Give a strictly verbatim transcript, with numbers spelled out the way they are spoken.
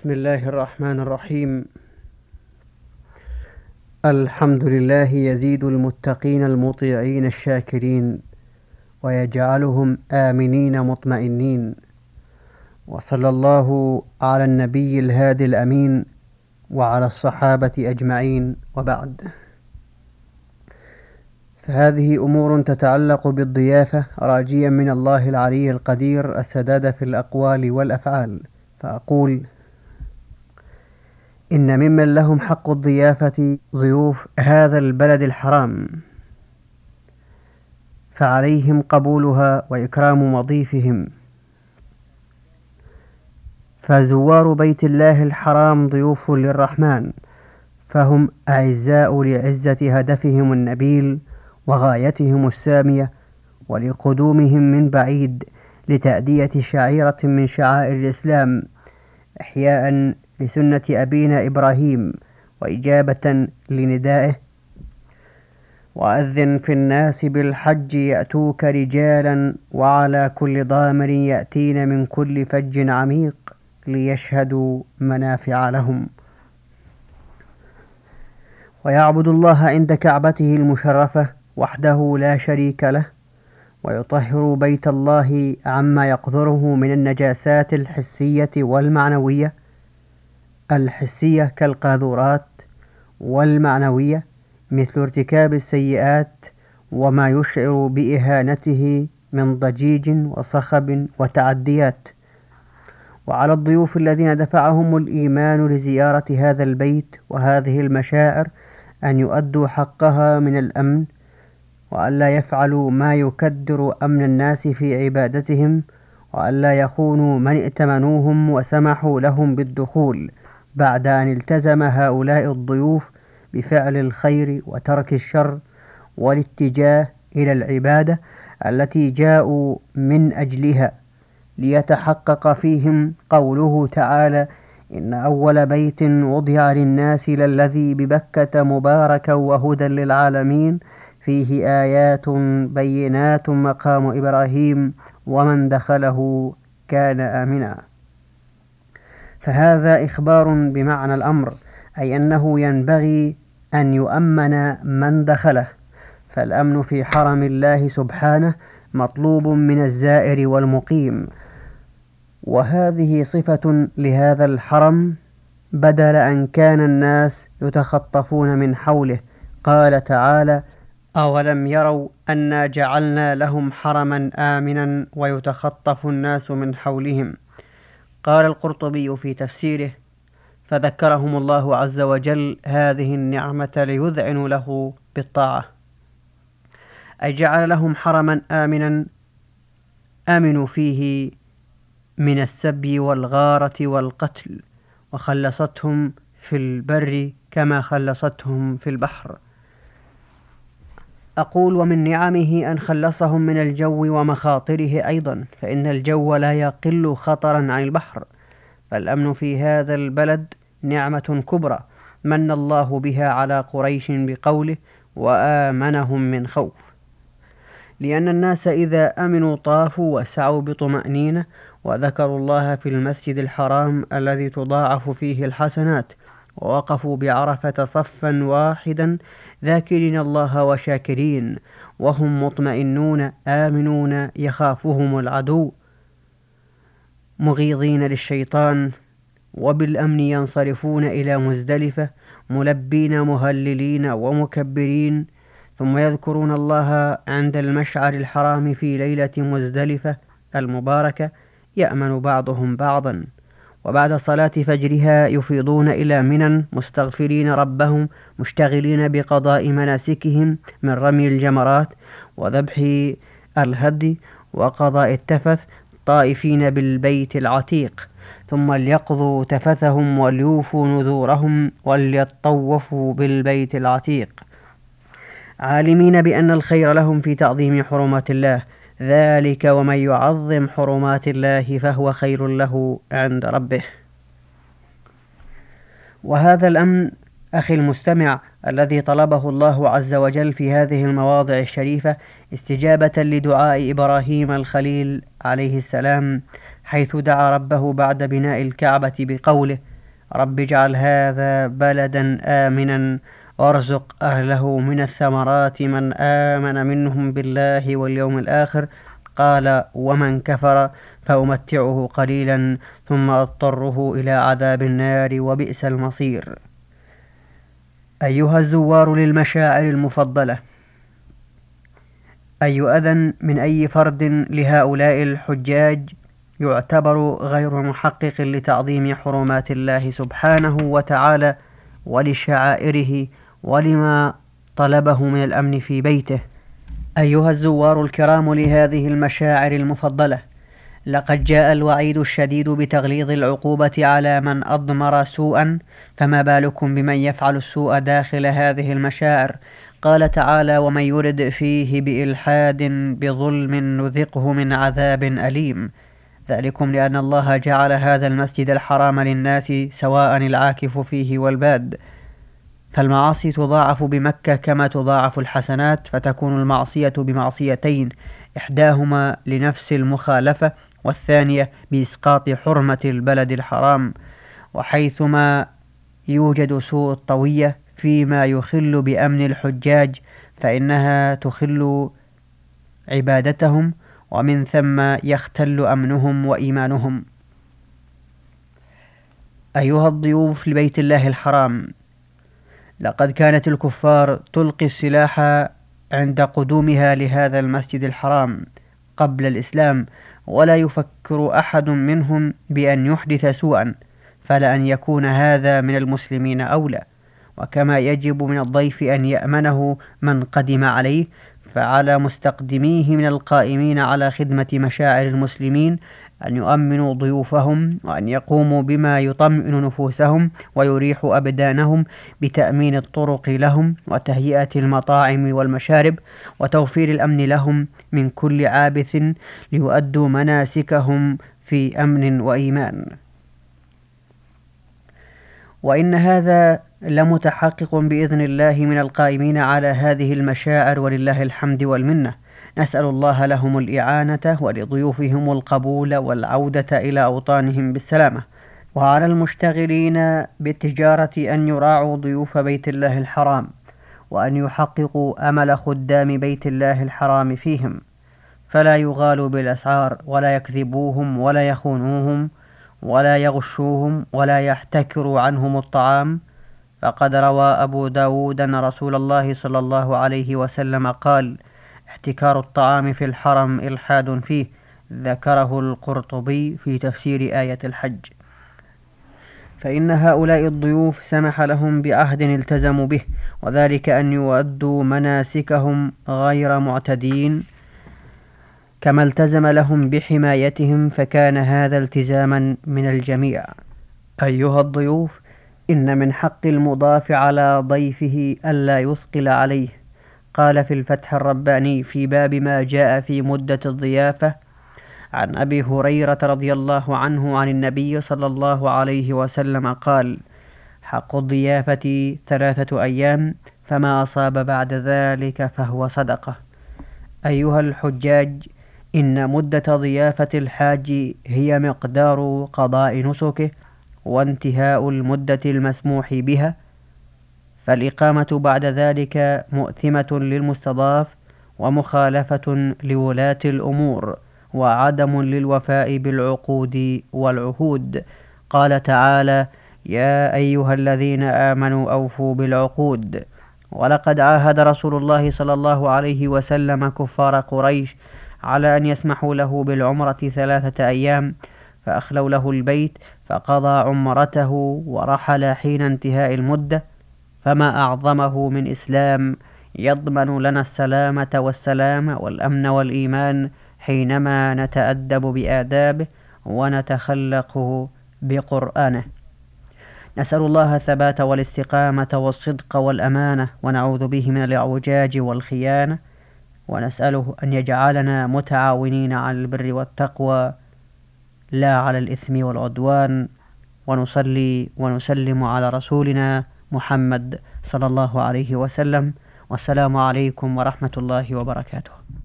بسم الله الرحمن الرحيم. الحمد لله يزيد المتقين المطيعين الشاكرين ويجعلهم آمنين مطمئنين، وصلى الله على النبي الهادي الأمين وعلى الصحابة أجمعين، وبعد. فهذه أمور تتعلق بالضيافة، راجيا من الله العلي القدير السداد في الأقوال والأفعال، فأقول: إن ممن لهم حق الضيافة ضيوف هذا البلد الحرام، فعليهم قبولها وإكرام مضيفهم، فزوار بيت الله الحرام ضيوف للرحمن، فهم أعزاء لعزة هدفهم النبيل وغايتهم السامية، ولقدومهم من بعيد لتأدية شعيرة من شعائر الإسلام، إحياء لسنة أبينا إبراهيم وإجابة لندائه: وأذن في الناس بالحج يأتوك رجالا وعلى كل ضامر يأتين من كل فج عميق ليشهدوا منافع لهم، ويعبد الله عند كعبته المشرفة وحده لا شريك له، ويطهر بيت الله عما يقدره من النجاسات الحسية والمعنوية، الحسية كالقاذورات، والمعنوية مثل ارتكاب السيئات وما يشعر بإهانته من ضجيج وصخب وتعديات. وعلى الضيوف الذين دفعهم الإيمان لزيارة هذا البيت وهذه المشاعر أن يؤدوا حقها من الأمن، وألا يفعلوا ما يكدر أمن الناس في عبادتهم، وألا يخونوا من ائتمنوهم وسمحوا لهم بالدخول بعد أن التزم هؤلاء الضيوف بفعل الخير وترك الشر والاتجاه إلى العبادة التي جاءوا من أجلها، ليتحقق فيهم قوله تعالى: إن أول بيت وضع للناس للذي ببكة مباركا وهدى للعالمين فيه آيات بينات مقام إبراهيم ومن دخله كان آمنا. فهذا إخبار بمعنى الأمر، أي أنه ينبغي أن يؤمن من دخله، فالأمن في حرم الله سبحانه مطلوب من الزائر والمقيم، وهذه صفة لهذا الحرم، بدل أن كان الناس يتخطفون من حوله. قال تعالى: أولم يروا أنا جعلنا لهم حرما آمنا ويتخطف الناس من حولهم. قال القرطبي في تفسيره: فذكرهم الله عز وجل هذه النعمة ليذعنوا له بالطاعة، أي جعل لهم حرما آمنا آمنوا فيه من السبي والغارة والقتل، وخلصتهم في البر كما خلصتهم في البحر. أقول: ومن نعمه أن خلصهم من الجو ومخاطره أيضا، فإن الجو لا يقل خطرا عن البحر، فالأمن في هذا البلد نعمة كبرى من الله بها على قريش بقوله: وآمنهم من خوف، لأن الناس إذا أمنوا طافوا وسعوا بطمأنينة، وذكروا الله في المسجد الحرام الذي تضاعف فيه الحسنات، ووقفوا بعرفة صفا واحدا ذاكرين الله وشاكرين، وهم مطمئنون آمنون يخافهم العدو مغيظين للشيطان، وبالأمن ينصرفون إلى مزدلفة ملبين مهللين ومكبرين، ثم يذكرون الله عند المشعر الحرام في ليلة مزدلفة المباركة، يأمن بعضهم بعضا، وبعد صلاة فجرها يفيضون إلى منى مستغفرين ربهم مشتغلين بقضاء مناسكهم من رمي الجمرات وذبح الهدي وقضاء التفث، طائفين بالبيت العتيق، ثم ليقضوا تفثهم وليوفوا نذورهم وليطوفوا بالبيت العتيق، عالمين بأن الخير لهم في تعظيم حرمات الله، ذلك ومن يعظم حرمات الله فهو خير له عند ربه. وهذا الأمن أخي المستمع الذي طلبه الله عز وجل في هذه المواضع الشريفة استجابة لدعاء إبراهيم الخليل عليه السلام، حيث دعا ربه بعد بناء الكعبة بقوله: رب اجعل هذا بلدا آمنا وارزق أهله من الثمرات من آمن منهم بالله واليوم الآخر. قال: ومن كفر فأمتعه قليلا ثم أضطره إلى عذاب النار وبئس المصير. أيها الزوار للمشاعر المفضلة، أي أذى من أي فرد لهؤلاء الحجاج يعتبر غير محقق لتعظيم حرمات الله سبحانه وتعالى ولشعائره ولما طلبه من الأمن في بيته. أيها الزوار الكرام لهذه المشاعر المفضلة، لقد جاء الوعيد الشديد بتغليظ العقوبة على من أضمر سوءا، فما بالكم بمن يفعل السوء داخل هذه المشاعر. قال تعالى: ومن يرد فيه بإلحاد بظلم نذقه من عذاب أليم. ذلكم لأن الله جعل هذا المسجد الحرام للناس سواء العاكف فيه والباد، فالمعاصي تضاعف بمكة كما تضاعف الحسنات، فتكون المعصية بمعصيتين، إحداهما لنفس المخالفة والثانية بإسقاط حرمة البلد الحرام. وحيثما يوجد سوء الطوية فيما يخل بأمن الحجاج فإنها تخل عبادتهم، ومن ثم يختل أمنهم وإيمانهم. أيها الضيوف لبيت الله الحرام، لقد كانت الكفار تلقي السلاح عند قدومها لهذا المسجد الحرام قبل الإسلام، ولا يفكر أحد منهم بأن يحدث سوءا، فلأن يكون هذا من المسلمين أولى. وكما يجب من الضيف أن يأمنه من قدم عليه، فعلى مستقدميه من القائمين على خدمة مشاعر المسلمين أن يؤمنوا ضيوفهم، وأن يقوموا بما يطمئن نفوسهم ويريح أبدانهم بتأمين الطرق لهم وتهيئة المطاعم والمشارب وتوفير الأمن لهم من كل عابث ليؤدوا مناسكهم في أمن وإيمان. وإن هذا لمتحقق بإذن الله من القائمين على هذه المشاعر، ولله الحمد والمنة. نسأل الله لهم الإعانة ولضيوفهم القبول والعودة إلى أوطانهم بالسلامة. وعلى المشتغلين بالتجارة أن يراعوا ضيوف بيت الله الحرام، وأن يحققوا أمل خدام بيت الله الحرام فيهم، فلا يغالوا بالأسعار ولا يكذبوهم ولا يخونوهم ولا يغشوهم ولا يحتكروا عنهم الطعام. فقد روى أبو داود أن رسول الله صلى الله عليه وسلم قال: احتكار الطعام في الحرم إلحاد فيه. ذكره القرطبي في تفسير آية الحج. فإن هؤلاء الضيوف سمح لهم بعهد التزموا به، وذلك أن يؤدوا مناسكهم غير معتدين، كما التزم لهم بحمايتهم، فكان هذا التزاما من الجميع. أيها الضيوف، إن من حق المضاف على ضيفه ألا يثقل عليه. قال في الفتح الرباني في باب ما جاء في مدة الضيافة عن أبي هريرة رضي الله عنه عن النبي صلى الله عليه وسلم قال: حق الضيافة ثلاثة أيام، فما أصاب بعد ذلك فهو صدقة. أيها الحجاج، إن مدة ضيافة الحاج هي مقدار قضاء نسكه وانتهاء المدة المسموح بها، فالإقامة بعد ذلك مؤثمة للمستضاف ومخالفة لولاة الأمور وعدم للوفاء بالعقود والعهود. قال تعالى: يا أيها الذين آمنوا أوفوا بالعقود. ولقد عاهد رسول الله صلى الله عليه وسلم كفار قريش على أن يسمحوا له بالعمرة ثلاثة أيام، فأخلوا له البيت فقضى عمرته ورحل حين انتهاء المدة. فما أعظمه من إسلام يضمن لنا السلامة والسلام والأمن والإيمان حينما نتأدب بآدابه ونتخلق بقرآنه. نسأل الله الثبات والاستقامة والصدق والأمانة، ونعوذ به من الإعوجاج والخيانة، ونسأله أن يجعلنا متعاونين على البر والتقوى لا على الإثم والعدوان. ونصلي ونسلم على رسولنا محمد صلى الله عليه وسلم. والسلام عليكم ورحمة الله وبركاته.